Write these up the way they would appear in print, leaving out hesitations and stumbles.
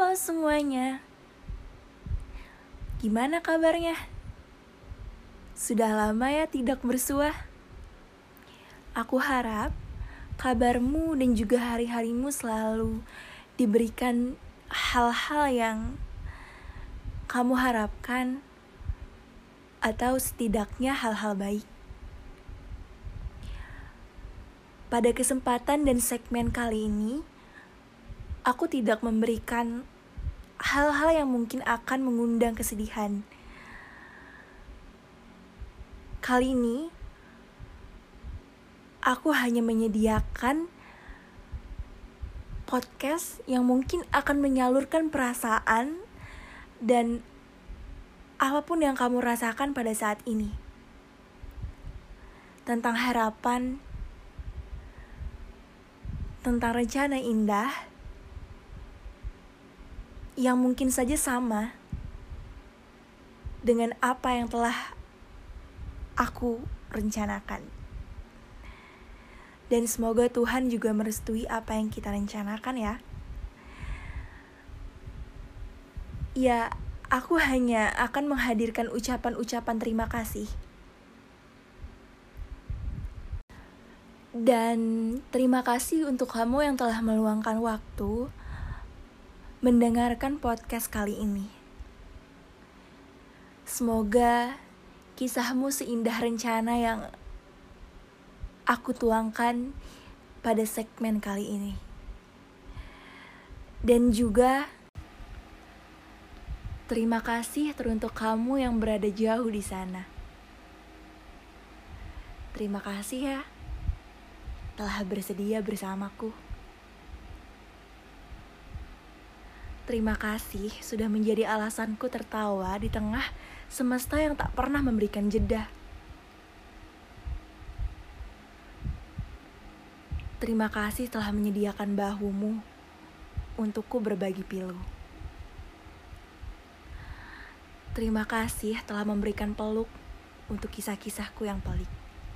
Halo semuanya, gimana kabarnya? Sudah lama ya tidak bersua. Aku harap kabarmu dan juga hari-harimu selalu diberikan hal-hal yang kamu harapkan, atau setidaknya hal-hal baik. Pada kesempatan dan segmen kali ini, aku tidak memberikan hal-hal yang mungkin akan mengundang kesedihan. Kali ini, aku hanya menyediakan podcast yang mungkin akan menyalurkan perasaan dan apapun yang kamu rasakan pada saat ini. Tentang harapan, tentang rencana indah yang mungkin saja sama dengan apa yang telah aku rencanakan. Dan semoga Tuhan juga merestui apa yang kita rencanakan ya. Ya, aku hanya akan menghadirkan ucapan-ucapan terima kasih. Dan terima kasih untuk kamu yang telah meluangkan waktu mendengarkan podcast kali ini. Semoga kisahmu seindah rencana yang aku tuangkan pada segmen kali ini. Dan juga terima kasih teruntuk kamu yang berada jauh di sana. Terima kasih ya telah bersedia bersamaku. Terima kasih sudah menjadi alasanku tertawa di tengah semesta yang tak pernah memberikan jeda. Terima kasih telah menyediakan bahumu untukku berbagi pilu. Terima kasih telah memberikan peluk untuk kisah-kisahku yang pelik.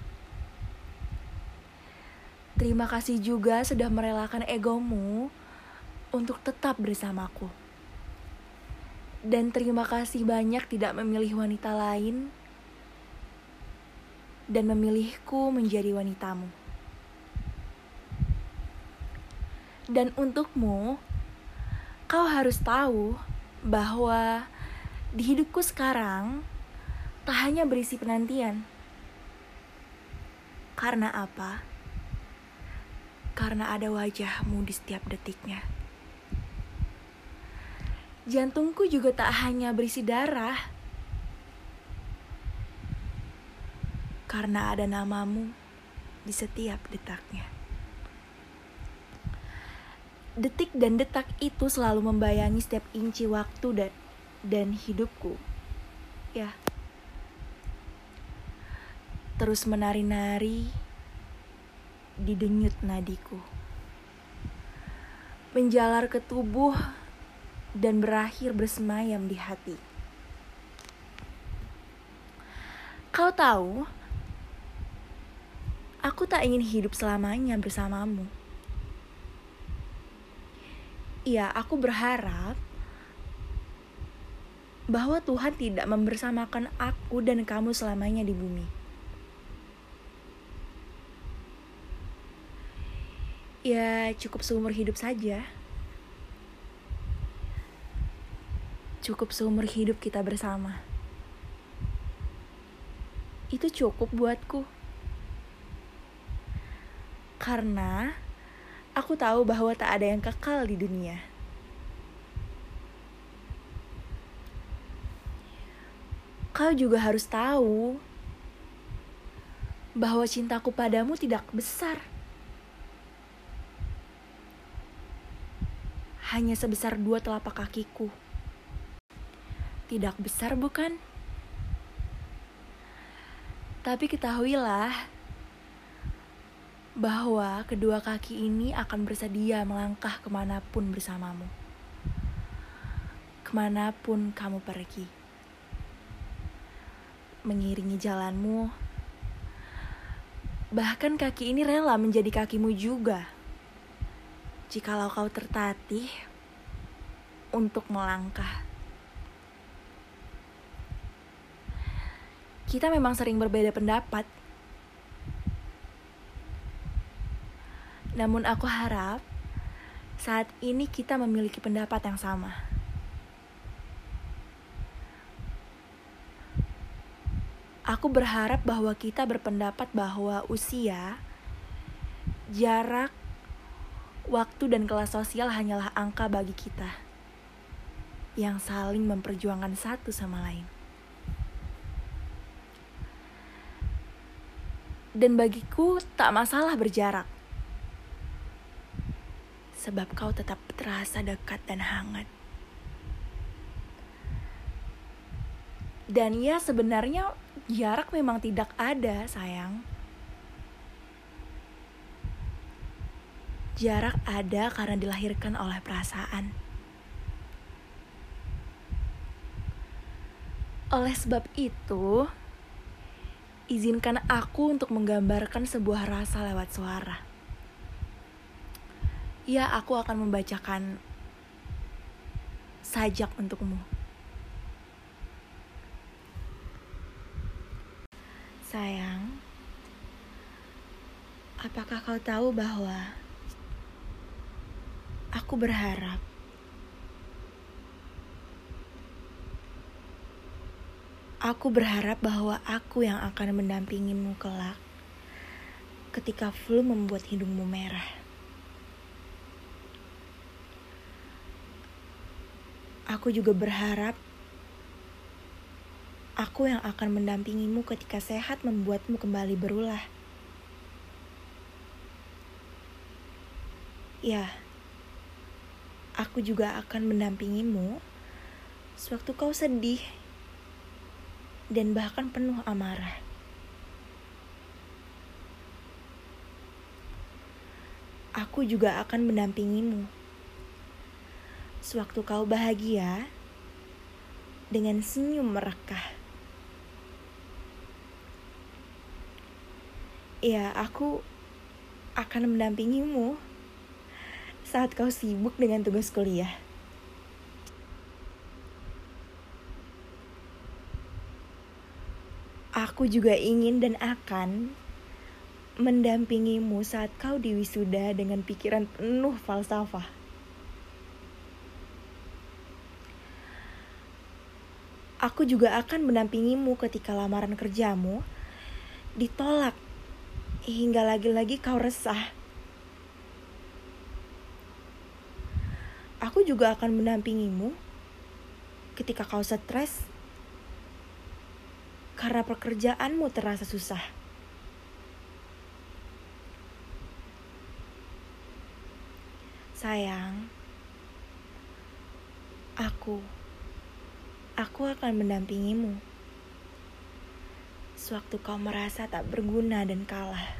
Terima kasih juga sudah merelakan egomu untuk tetap bersamaku. Dan terima kasih banyak tidak memilih wanita lain dan memilihku menjadi wanitamu. Dan untukmu, kau harus tahu bahwa di hidupku sekarang tak hanya berisi penantian. Karena apa? Karena ada wajahmu di setiap detiknya. Jantungku juga tak hanya berisi darah. Karena ada namamu di setiap detaknya. Detik dan detak itu selalu membayangi setiap inci waktu dan hidupku. Ya. Terus menari-nari di denyut nadiku. Menjalar ke tubuh dan berakhir bersemayam di hati. Kau tahu, aku tak ingin hidup selamanya bersamamu. Ya, aku berharap bahwa Tuhan tidak membersamakan aku dan kamu selamanya di bumi. Ya, cukup seumur hidup saja. Cukup seumur hidup kita bersama. Itu cukup buatku. Karena aku tahu bahwa tak ada yang kekal di dunia. Kau juga harus tahu bahwa cintaku padamu tidak besar. Hanya sebesar 2 telapak kakiku. Tidak besar bukan? Tapi ketahuilah bahwa kedua kaki ini akan bersedia melangkah kemanapun bersamamu. Kemanapun kamu pergi. Mengiringi jalanmu. Bahkan kaki ini rela menjadi kakimu juga. Jikalau kau tertatih untuk melangkah. Kita memang sering berbeda pendapat. Namun aku harap saat ini kita memiliki pendapat yang sama. Aku berharap bahwa kita berpendapat bahwa usia, jarak, waktu, dan kelas sosial hanyalah angka bagi kita yang saling memperjuangkan satu sama lain. Dan bagiku tak masalah berjarak, sebab kau tetap terasa dekat dan hangat. Dan ya, sebenarnya jarak memang tidak ada, sayang. Jarak ada karena dilahirkan oleh perasaan. Oleh sebab itu, izinkan aku untuk menggambarkan sebuah rasa lewat suara. Ya, aku akan membacakan sajak untukmu. Sayang, apakah kau tahu bahwa aku berharap bahwa aku yang akan mendampingimu kelak ketika flu membuat hidungmu merah. Aku juga berharap aku yang akan mendampingimu ketika sehat membuatmu kembali berulah. Ya, aku juga akan mendampingimu sewaktu kau sedih dan bahkan penuh amarah. Aku juga akan mendampingimu sewaktu kau bahagia dengan senyum merekah. Ya, aku akan mendampingimu saat kau sibuk dengan tugas kuliah. Aku juga ingin dan akan mendampingimu saat kau diwisuda dengan pikiran penuh falsafah. Aku juga akan mendampingimu ketika lamaran kerjamu ditolak hingga lagi-lagi kau resah. Aku juga akan mendampingimu ketika kau stres karena pekerjaanmu terasa susah. Sayang, aku akan mendampingimu sewaktu kau merasa tak berguna dan kalah.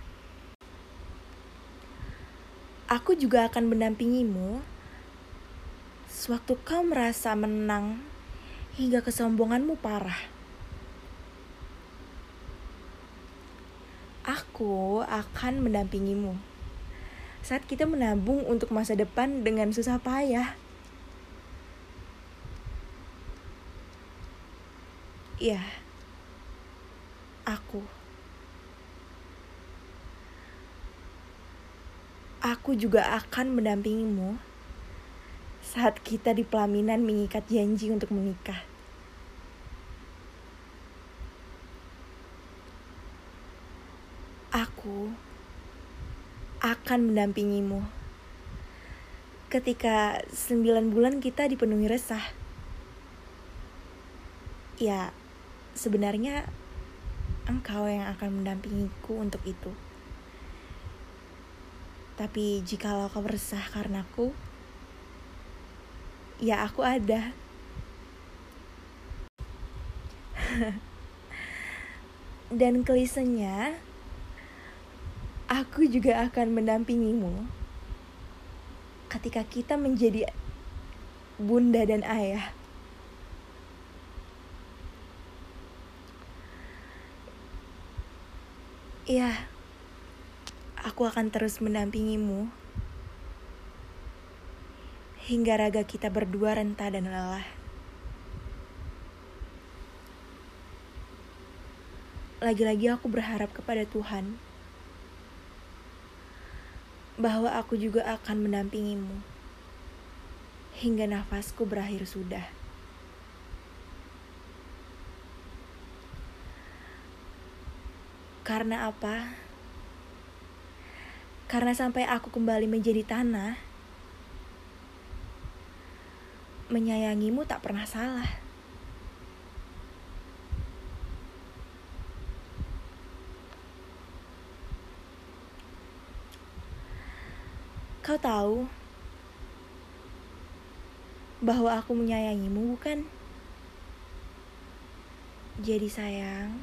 Aku juga akan mendampingimu sewaktu kau merasa menang hingga kesombonganmu parah. Aku akan mendampingimu saat kita menabung untuk masa depan dengan susah payah. Ya, aku juga akan mendampingimu saat kita di pelaminan mengikat janji untuk menikah. Aku akan mendampingimu ketika 9 bulan kita dipenuhi resah. Ya, sebenarnya engkau yang akan mendampingiku untuk itu. Tapi jikalau kau resah karenaku, ya aku ada. Dan klisenya, aku juga akan mendampingimu ketika kita menjadi bunda dan ayah. Ya, aku akan terus mendampingimu hingga raga kita berdua renta dan lelah. Lagi-lagi aku berharap kepada Tuhan bahwa aku juga akan mendampingimu hingga nafasku berakhir sudah. Karena apa? Karena sampai aku kembali menjadi tanah, menyayangimu tak pernah salah. Kau tahu bahwa aku menyayangimu, bukan? Jadi sayang,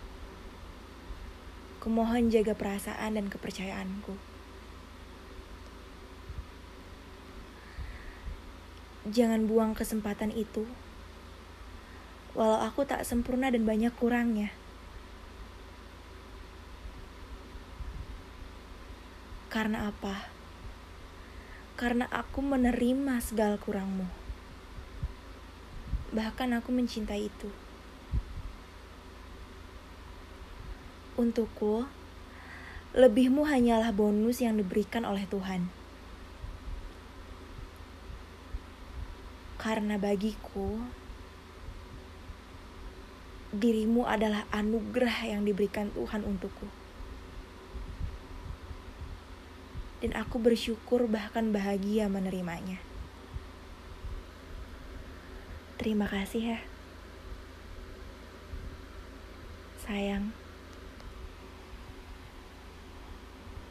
kumohon jaga perasaan dan kepercayaanku. Jangan buang kesempatan itu, walau aku tak sempurna dan banyak kurangnya. Karena apa? Karena aku menerima segala kurangmu. Bahkan aku mencintai itu. Untukku, lebihmu hanyalah bonus yang diberikan oleh Tuhan. Karena bagiku, dirimu adalah anugerah yang diberikan Tuhan untukku. Dan aku bersyukur bahkan bahagia menerimanya. Terima kasih ya, sayang.